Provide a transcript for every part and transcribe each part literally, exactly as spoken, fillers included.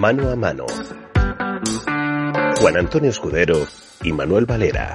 Mano a mano. Juan Antonio Escudero y Manuel Valera.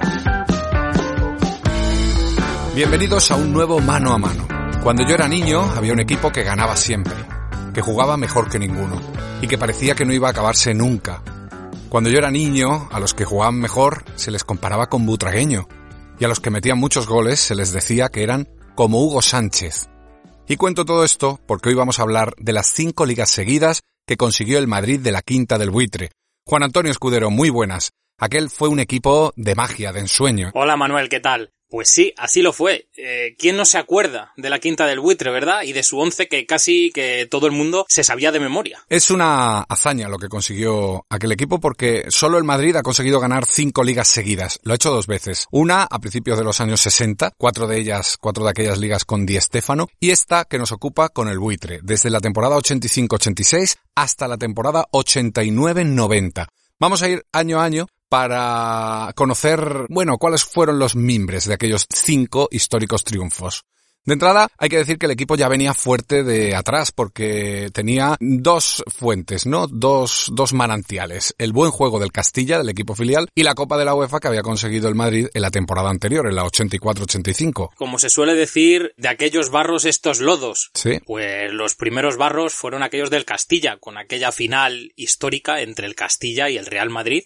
Bienvenidos a un nuevo Mano a mano. Cuando yo era niño había un equipo que ganaba siempre, que jugaba mejor que ninguno y que parecía que no iba a acabarse nunca. Cuando yo era niño, a los que jugaban mejor se les comparaba con Butragueño y a los que metían muchos goles se les decía que eran como Hugo Sánchez. Y cuento todo esto porque hoy vamos a hablar de las cinco ligas seguidas que consiguió el Madrid de la Quinta del Buitre. Juan Antonio Escudero, muy buenas. Aquel fue un equipo de magia, de ensueño. Hola Manuel, ¿qué tal? Pues sí, así lo fue. Eh, ¿Quién no se acuerda de la Quinta del Buitre, verdad? Y de su once que casi que todo el mundo se sabía de memoria. Es una hazaña lo que consiguió aquel equipo porque solo el Madrid ha conseguido ganar cinco ligas seguidas. Lo ha hecho dos veces. Una a principios de los años sesenta, cuatro de ellas, cuatro de aquellas ligas con Di Stéfano, y esta que nos ocupa con el Buitre, desde la temporada ochenta y cinco ochenta y seis hasta la temporada ochenta y nueve noventa. Vamos a ir año a año para conocer, bueno, cuáles fueron los mimbres de aquellos cinco históricos triunfos. De entrada, hay que decir que el equipo ya venía fuerte de atrás porque tenía dos fuentes, ¿no? Dos, dos manantiales. El buen juego del Castilla, del equipo filial, y la Copa de la UEFA que había conseguido el Madrid en la temporada anterior, en la ochenta y cuatro ochenta y cinco. Como se suele decir, de aquellos barros estos lodos. Sí. Pues los primeros barros fueron aquellos del Castilla, con aquella final histórica entre el Castilla y el Real Madrid.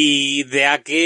Y de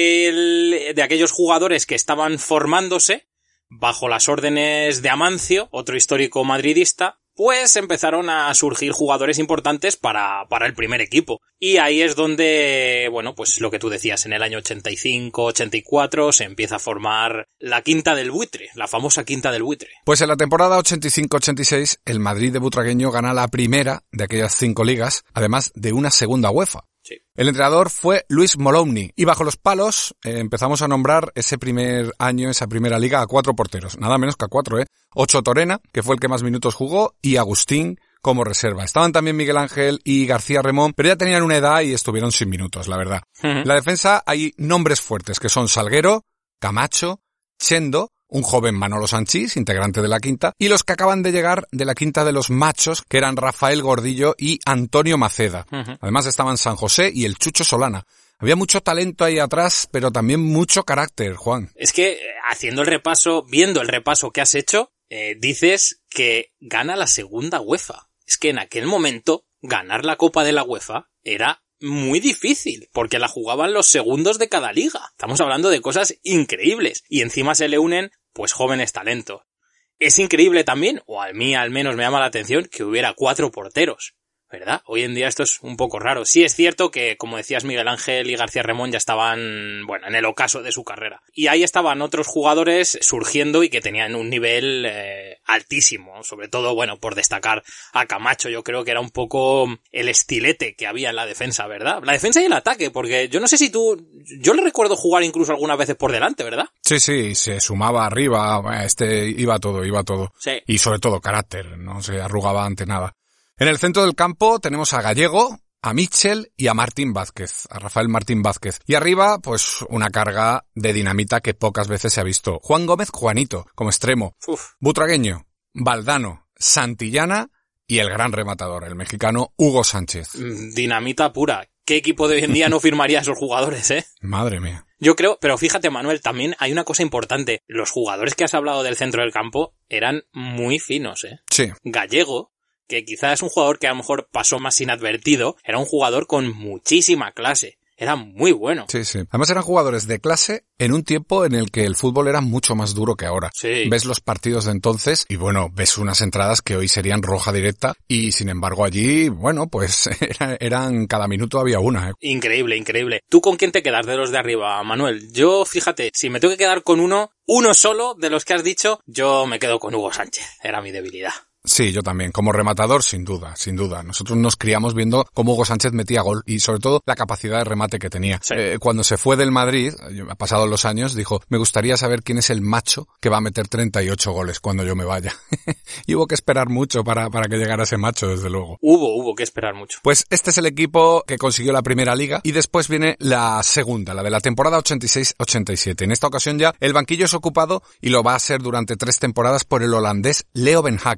aquel, de aquellos jugadores que estaban formándose bajo las órdenes de Amancio, otro histórico madridista, pues empezaron a surgir jugadores importantes para, para el primer equipo. Y ahí es donde, bueno, pues lo que tú decías, en el año ochenta y cinco ochenta y cuatro se empieza a formar la Quinta del Buitre, la famosa Quinta del Buitre. Pues en la temporada ochenta y cinco ochenta y seis el Madrid de Butragueño gana la primera de aquellas cinco ligas, además de una segunda UEFA. Sí. El entrenador fue Luis Molowny y bajo los palos eh, empezamos a nombrar ese primer año, esa primera liga, a cuatro porteros, nada menos que a cuatro, ¿eh? Ocho Torena, que fue el que más minutos jugó, y Agustín como reserva. Estaban también Miguel Ángel y García Remón, pero ya tenían una edad y estuvieron sin minutos, la verdad. Uh-huh. En la defensa hay nombres fuertes que son Salguero, Camacho, Chendo, un joven Manolo Sanchís, integrante de la Quinta, y los que acaban de llegar de la Quinta de los Machos, que eran Rafael Gordillo y Antonio Maceda. Uh-huh. Además estaban San José y el Chucho Solana. Había mucho talento ahí atrás, pero también mucho carácter, Juan. Es que, haciendo el repaso, viendo el repaso que has hecho, eh, dices que gana la segunda UEFA. Es que en aquel momento, ganar la Copa de la UEFA era muy difícil, porque la jugaban los segundos de cada liga. Estamos hablando de cosas increíbles. Y encima se le unen, pues, jóvenes talentos. Es increíble también, o a mí al menos me llama la atención, que hubiera cuatro porteros, ¿verdad? Hoy en día esto es un poco raro. Sí es cierto que, como decías, Miguel Ángel y García Remón ya estaban, bueno, en el ocaso de su carrera. Y ahí estaban otros jugadores surgiendo y que tenían un nivel eh, altísimo. Sobre todo, bueno, por destacar a Camacho, yo creo que era un poco el estilete que había en la defensa, ¿verdad? La defensa y el ataque, porque yo no sé si tú... Yo le recuerdo jugar incluso algunas veces por delante, ¿verdad? Sí, sí, se sumaba arriba, este iba todo, iba todo. Sí. Y sobre todo carácter, no se arrugaba ante nada. En el centro del campo tenemos a Gallego, a Mitchell y a Martín Vázquez, a Rafael Martín Vázquez. Y arriba, pues, una carga de dinamita que pocas veces se ha visto. Juan Gómez Juanito, como extremo. Uf. Butragueño, Valdano, Santillana y el gran rematador, el mexicano Hugo Sánchez. Dinamita pura. ¿Qué equipo de hoy en día no firmaría a esos jugadores, eh? Madre mía. Yo creo, pero fíjate, Manuel, también hay una cosa importante. Los jugadores que has hablado del centro del campo eran muy finos, eh. Sí. Gallego, que quizás es un jugador que a lo mejor pasó más inadvertido, era un jugador con muchísima clase. Era muy bueno. Sí, sí. Además eran jugadores de clase en un tiempo en el que el fútbol era mucho más duro que ahora. Sí. Ves los partidos de entonces y bueno, ves unas entradas que hoy serían roja directa y sin embargo allí, bueno, pues era, eran cada minuto había una. ¿eh? Increíble, increíble. ¿Tú con quién te quedas de los de arriba, Manuel? Yo, fíjate, si me tengo que quedar con uno, uno solo de los que has dicho, yo me quedo con Hugo Sánchez. Era mi debilidad. Sí, yo también. Como rematador, sin duda, sin duda. Nosotros nos criamos viendo cómo Hugo Sánchez metía gol y sobre todo la capacidad de remate que tenía. Sí. Eh, cuando se fue del Madrid, ha pasado los años, dijo, me gustaría saber quién es el macho que va a meter treinta y ocho goles cuando yo me vaya. Y hubo que esperar mucho para, para que llegara ese macho, desde luego. Hubo, hubo que esperar mucho. Pues este es el equipo que consiguió la primera liga y después viene la segunda, la de la temporada ochenta y seis ochenta y siete. En esta ocasión ya el banquillo es ocupado y lo va a ser durante tres temporadas por el holandés Leo Ben Hacker.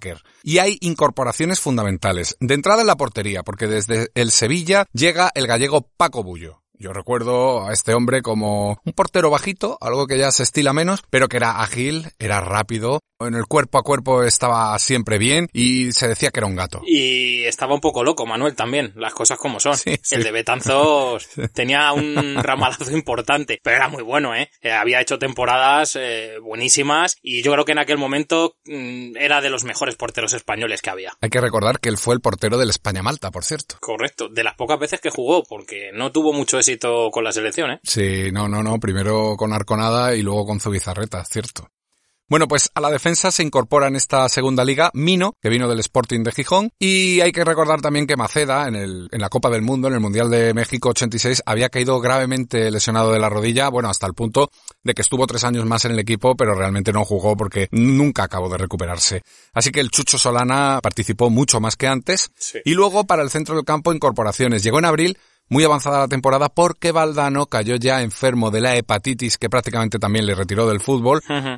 y hay incorporaciones fundamentales. De entrada en la portería, porque desde el Sevilla llega el gallego Paco Bullo. Yo recuerdo a este hombre como un portero bajito, algo que ya se estila menos, pero que era ágil, era rápido, en el cuerpo a cuerpo estaba siempre bien y se decía que era un gato. Y estaba un poco loco, Manuel, también, las cosas como son. Sí, sí. El de Betanzos sí. tenía un ramalazo importante, pero era muy bueno, ¿eh? eh había hecho temporadas eh, buenísimas y yo creo que en aquel momento mmm, era de los mejores porteros españoles que había. Hay que recordar que él fue el portero del España-Malta, por cierto. Correcto, de las pocas veces que jugó, porque no tuvo mucho éxito con la selección, ¿eh? Sí, no, no, no, primero con Arconada y luego con Zubizarreta, cierto. Bueno, pues a la defensa se incorpora en esta segunda liga Mino, que vino del Sporting de Gijón, y hay que recordar también que Maceda, en el en la Copa del Mundo, en el Mundial de México ochenta y seis, había caído gravemente lesionado de la rodilla, bueno, hasta el punto de que estuvo tres años más en el equipo, pero realmente no jugó porque nunca acabó de recuperarse. Así que el Chucho Solana participó mucho más que antes, sí. Y luego para el centro del campo incorporaciones. Llegó en abril, muy avanzada la temporada, porque Valdano cayó ya enfermo de la hepatitis, que prácticamente también le retiró del fútbol, uh-huh.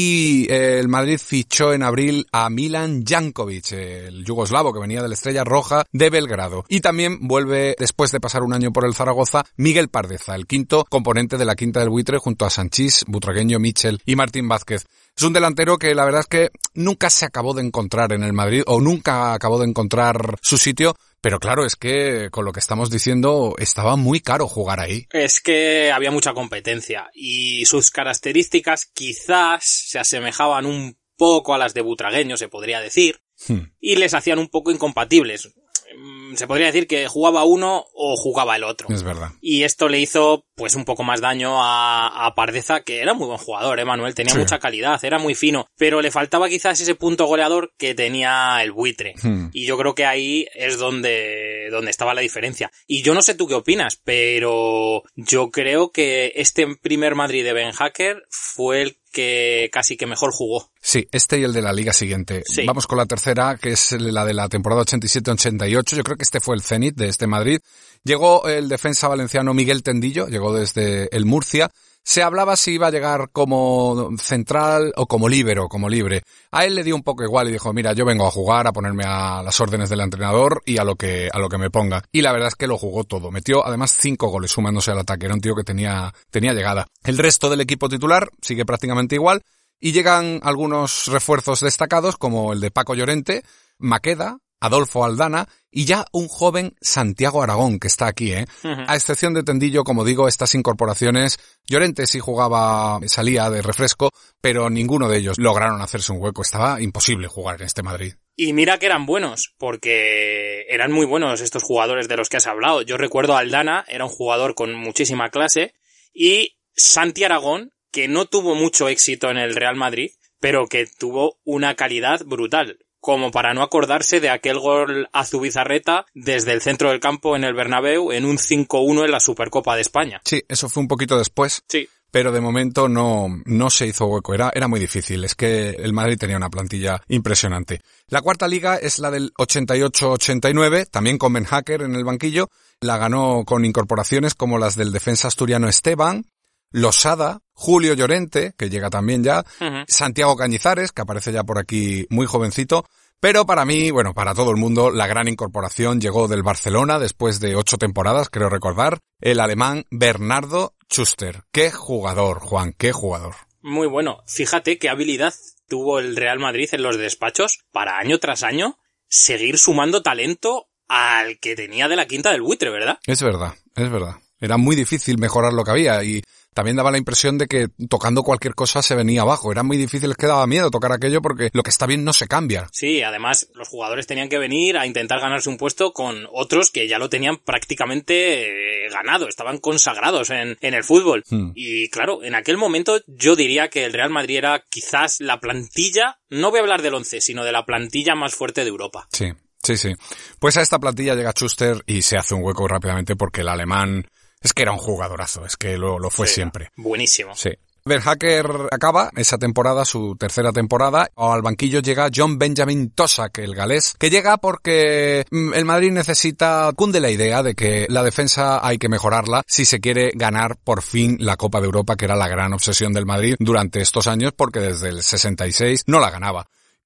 y eh, el Madrid fichó en abril a Milan Jankovic, el yugoslavo que venía de la Estrella Roja de Belgrado. Y también vuelve, después de pasar un año por el Zaragoza, Miguel Pardeza, el quinto componente de la Quinta del Buitre, junto a Sanchís, Butragueño, Michel y Martín Vázquez. Es un delantero que la verdad es que nunca se acabó de encontrar en el Madrid, o nunca acabó de encontrar su sitio, pero claro, es que con lo que estamos diciendo estaba muy caro jugar ahí. Es que había mucha competencia y sus características quizás se asemejaban un poco a las de Butragueño, se podría decir, hmm. y les hacían un poco incompatibles. Se podría decir que jugaba uno o jugaba el otro. Es verdad. Y esto le hizo pues un poco más daño a, a Pardeza, que era muy buen jugador, ¿eh, Manuel? Tenía sí. mucha calidad, era muy fino, pero le faltaba quizás ese punto goleador que tenía el Buitre. Hmm. Y yo creo que ahí es donde, donde estaba la diferencia. Y yo no sé tú qué opinas, pero yo creo que este primer Madrid de Ben Hacker fue el que casi que mejor jugó. Sí, este y el de la liga siguiente. Sí. Vamos con la tercera, que es la de la temporada ochenta y siete ochenta y ocho. Yo creo que este fue el cenit de este Madrid. Llegó el defensa valenciano Miguel Tendillo, llegó desde el Murcia. Se hablaba si iba a llegar como central o como líbero, como libre. A él le dio un poco igual y dijo, mira, yo vengo a jugar, a ponerme a las órdenes del entrenador y a lo que a lo que me ponga. Y la verdad es que lo jugó todo. Metió además cinco goles sumándose al ataque. Era un tío que tenía tenía llegada. El resto del equipo titular sigue prácticamente igual y llegan algunos refuerzos destacados como el de Paco Llorente, Maqueda, Adolfo Aldana y ya un joven Santiago Aragón que está aquí, ¿eh? Uh-huh. A excepción de Tendillo, como digo, estas incorporaciones, Llorente sí jugaba, salía de refresco, pero ninguno de ellos lograron hacerse un hueco. Estaba imposible jugar en este Madrid. Y mira que eran buenos, porque eran muy buenos estos jugadores de los que has hablado. Yo recuerdo a Aldana, era un jugador con muchísima clase, y Santi Aragón, que no tuvo mucho éxito en el Real Madrid, pero que tuvo una calidad brutal. Como para no acordarse de aquel gol a Zubizarreta desde el centro del campo en el Bernabéu en un cinco uno en la Supercopa de España. Sí, eso fue un poquito después. Sí. Pero de momento no, no se hizo hueco. Era, era muy difícil. Es que el Madrid tenía una plantilla impresionante. La cuarta liga es la del ochenta y ocho ochenta y nueve, también con Ben Hacker en el banquillo. La ganó con incorporaciones como las del defensa asturiano Esteban, Losada, Julio Llorente, que llega también ya, uh-huh. Santiago Cañizares, que aparece ya por aquí muy jovencito, pero para mí, bueno, para todo el mundo, la gran incorporación llegó del Barcelona después de ocho temporadas, creo recordar, el alemán Bernardo Schuster. ¡Qué jugador, Juan, qué jugador! Muy bueno. Fíjate qué habilidad tuvo el Real Madrid en los despachos para año tras año seguir sumando talento al que tenía de la Quinta del Buitre, ¿verdad? Es verdad, es verdad. Era muy difícil mejorar lo que había y también daba la impresión de que tocando cualquier cosa se venía abajo. Era muy difícil, es que daba miedo tocar aquello porque lo que está bien no se cambia. Sí, además los jugadores tenían que venir a intentar ganarse un puesto con otros que ya lo tenían prácticamente eh, ganado, estaban consagrados en, en el fútbol. Hmm. Y claro, en aquel momento yo diría que el Real Madrid era quizás la plantilla, no voy a hablar del once, sino de la plantilla más fuerte de Europa. Sí, sí, sí. Pues a esta plantilla llega Schuster y se hace un hueco rápidamente porque el alemán... Es que era un jugadorazo, es que lo, lo fue sí, siempre. Buenísimo. Sí. Ben Hacker acaba esa temporada, su tercera temporada. Al banquillo llega John Benjamin Tosak, el galés, que llega porque el Madrid necesita, cunde la idea de que la defensa hay que mejorarla si se quiere ganar por fin la Copa de Europa, que era la gran obsesión del Madrid durante estos años, porque desde el sesenta y seis no la ganaba.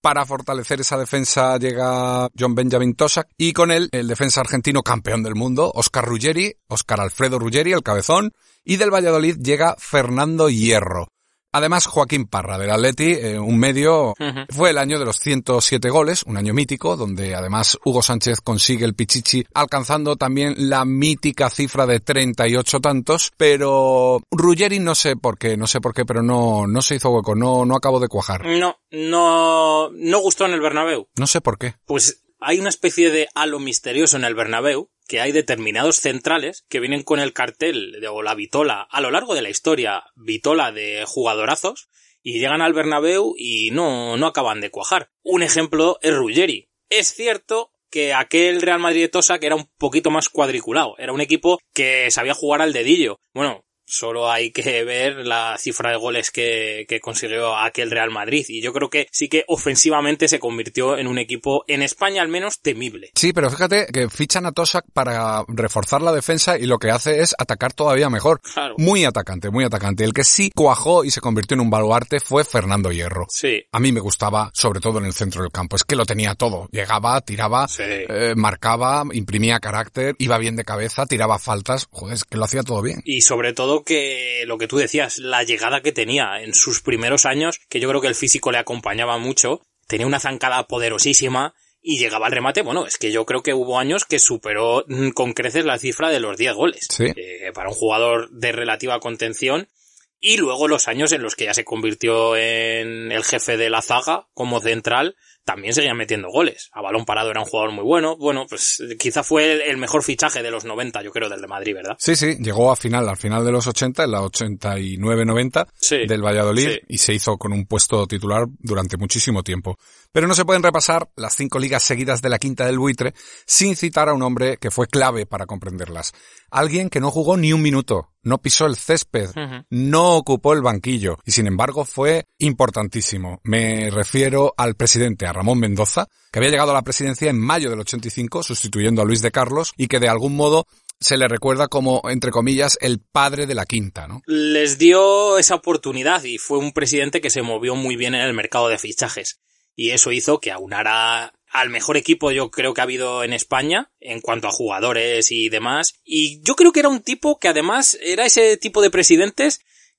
Para fortalecer esa defensa llega John Benjamin Tosak y con él el defensa argentino campeón del mundo, Óscar Ruggeri, Óscar Alfredo Ruggeri, el cabezón, y del Valladolid llega Fernando Hierro. Además, Joaquín Parra, del Atleti, eh, un medio, uh-huh. Fue el año de los ciento siete goles, un año mítico, donde además Hugo Sánchez consigue el Pichichi, alcanzando también la mítica cifra de treinta y ocho tantos, pero Ruggeri no sé por qué, no sé por qué, pero no, no se hizo hueco, no, no acabó de cuajar. No, no, no gustó en el Bernabéu. No sé por qué. Pues hay una especie de halo misterioso en el Bernabéu, que hay determinados centrales que vienen con el cartel de, o la vitola a lo largo de la historia, vitola de jugadorazos, y llegan al Bernabéu y no, no acaban de cuajar. Un ejemplo es Ruggeri. Es cierto que aquel Real Madrid de Tosak era un poquito más cuadriculado, era un equipo que sabía jugar al dedillo. Bueno, solo hay que ver la cifra de goles que, que consiguió aquel Real Madrid. Y yo creo que sí que ofensivamente se convirtió en un equipo, en España al menos, temible. Sí, pero fíjate que fichan a Tosak para reforzar la defensa y lo que hace es atacar todavía mejor. Claro. Muy atacante, muy atacante. El que sí cuajó y se convirtió en un baluarte fue Fernando Hierro. Sí. A mí me gustaba, sobre todo en el centro del campo. Es que lo tenía todo. Llegaba, tiraba, sí. eh, marcaba, imprimía carácter, iba bien de cabeza, tiraba faltas. Joder, es que lo hacía todo bien. Y sobre todo que lo que tú decías, la llegada que tenía en sus primeros años, que yo creo que el físico le acompañaba mucho, tenía una zancada poderosísima y llegaba al remate. Bueno, es que yo creo que hubo años que superó con creces la cifra de los diez goles. Sí. Eh, para un jugador de relativa contención. Y luego los años en los que ya se convirtió en el jefe de la zaga como central, también seguía metiendo goles. A balón parado era un jugador muy bueno. Bueno, pues quizá fue el mejor fichaje de los noventa, yo creo, del de Madrid, ¿verdad? Sí, sí, llegó a final, al final de los ochenta, en la ochenta y nueve noventa sí, del Valladolid, sí. Y se hizo con un puesto titular durante muchísimo tiempo. Pero no se pueden repasar las cinco ligas seguidas de la Quinta del Buitre sin citar a un hombre que fue clave para comprenderlas. Alguien que no jugó ni un minuto, no pisó el césped, uh-huh. no ocupó el banquillo y sin embargo fue importantísimo. Me refiero al presidente, a Ramón Mendoza, que había llegado a la presidencia en mayo del ochenta y cinco sustituyendo a Luis de Carlos y que de algún modo se le recuerda como, entre comillas, el padre de la Quinta, ¿no? Les dio esa oportunidad y fue un presidente que se movió muy bien en el mercado de fichajes. Y eso hizo que aunara al mejor equipo yo creo que ha habido en España en cuanto a jugadores y demás. Y yo creo que era un tipo que además era ese tipo de presidentes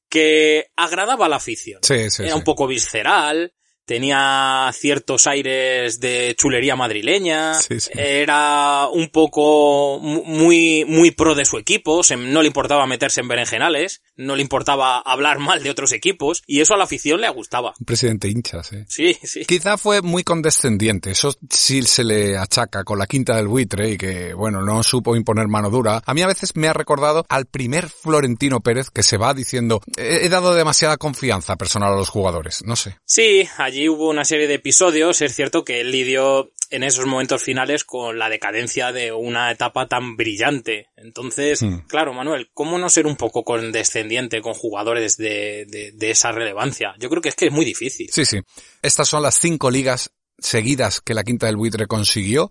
que agradaba a la afición. Sí, sí, era sí. un poco visceral, tenía ciertos aires de chulería madrileña, sí, sí. Era un poco muy muy pro de su equipo, se, no le importaba meterse en berenjenales, no le importaba hablar mal de otros equipos y eso a la afición le gustaba. Un presidente hincha, sí. Sí, sí. Quizá fue muy condescendiente, eso sí se le achaca con la Quinta del Buitre y que, bueno, no supo imponer mano dura. A mí a veces me ha recordado al primer Florentino Pérez que se va diciendo he, he dado demasiada confianza personal a los jugadores, no sé. Sí, allí hubo una serie de episodios, es cierto que él lidió en esos momentos finales con la decadencia de una etapa tan brillante. Entonces, mm. claro, Manuel, ¿cómo no ser un poco condescendiente con jugadores de, de, de esa relevancia? Yo creo que es que es muy difícil. Sí, sí. Estas son las cinco ligas seguidas que la Quinta del Buitre consiguió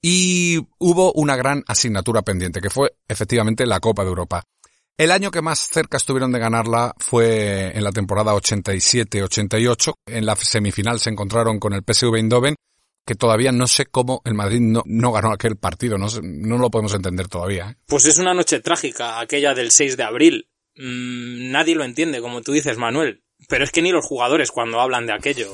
y hubo una gran asignatura pendiente, que fue efectivamente la Copa de Europa. El año que más cerca estuvieron de ganarla fue en la temporada ochenta y siete ochenta y ocho. En la semifinal se encontraron con el P S V Eindhoven, que todavía no sé cómo el Madrid no, no ganó aquel partido, no, no lo podemos entender todavía, ¿eh? Pues es una noche trágica, aquella del seis de abril. Mm, nadie lo entiende, como tú dices, Manuel. Pero es que ni los jugadores cuando hablan de aquello.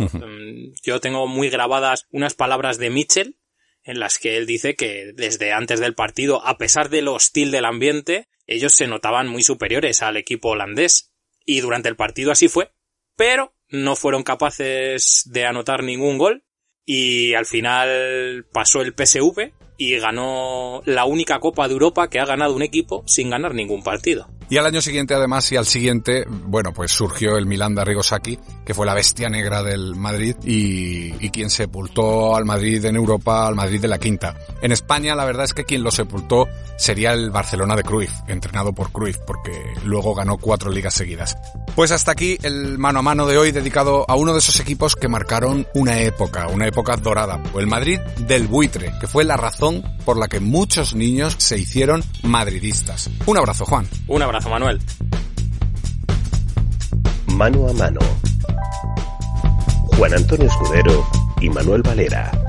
Yo tengo muy grabadas unas palabras de Mitchell, en las que él dice que desde antes del partido, a pesar de lo hostil del ambiente, ellos se notaban muy superiores al equipo holandés. Y durante el partido así fue. Pero no fueron capaces de anotar ningún gol. Y al final pasó el P S V y ganó la única Copa de Europa que ha ganado un equipo sin ganar ningún partido. Y al año siguiente, además, y al siguiente, bueno, pues surgió el Milan de Arrigo Sacchi, que fue la bestia negra del Madrid y, y quien sepultó al Madrid en Europa, al Madrid de la Quinta. En España, la verdad es que quien lo sepultó sería el Barcelona de Cruyff, entrenado por Cruyff, porque luego ganó cuatro ligas seguidas. Pues hasta aquí el mano a mano de hoy, dedicado a uno de esos equipos que marcaron una época, una época dorada. El Madrid del Buitre, que fue la razón por la que muchos niños se hicieron madridistas. Un abrazo, Juan. Un abrazo, Manuel. Mano a mano. Juan Antonio Escudero y Manuel Valera.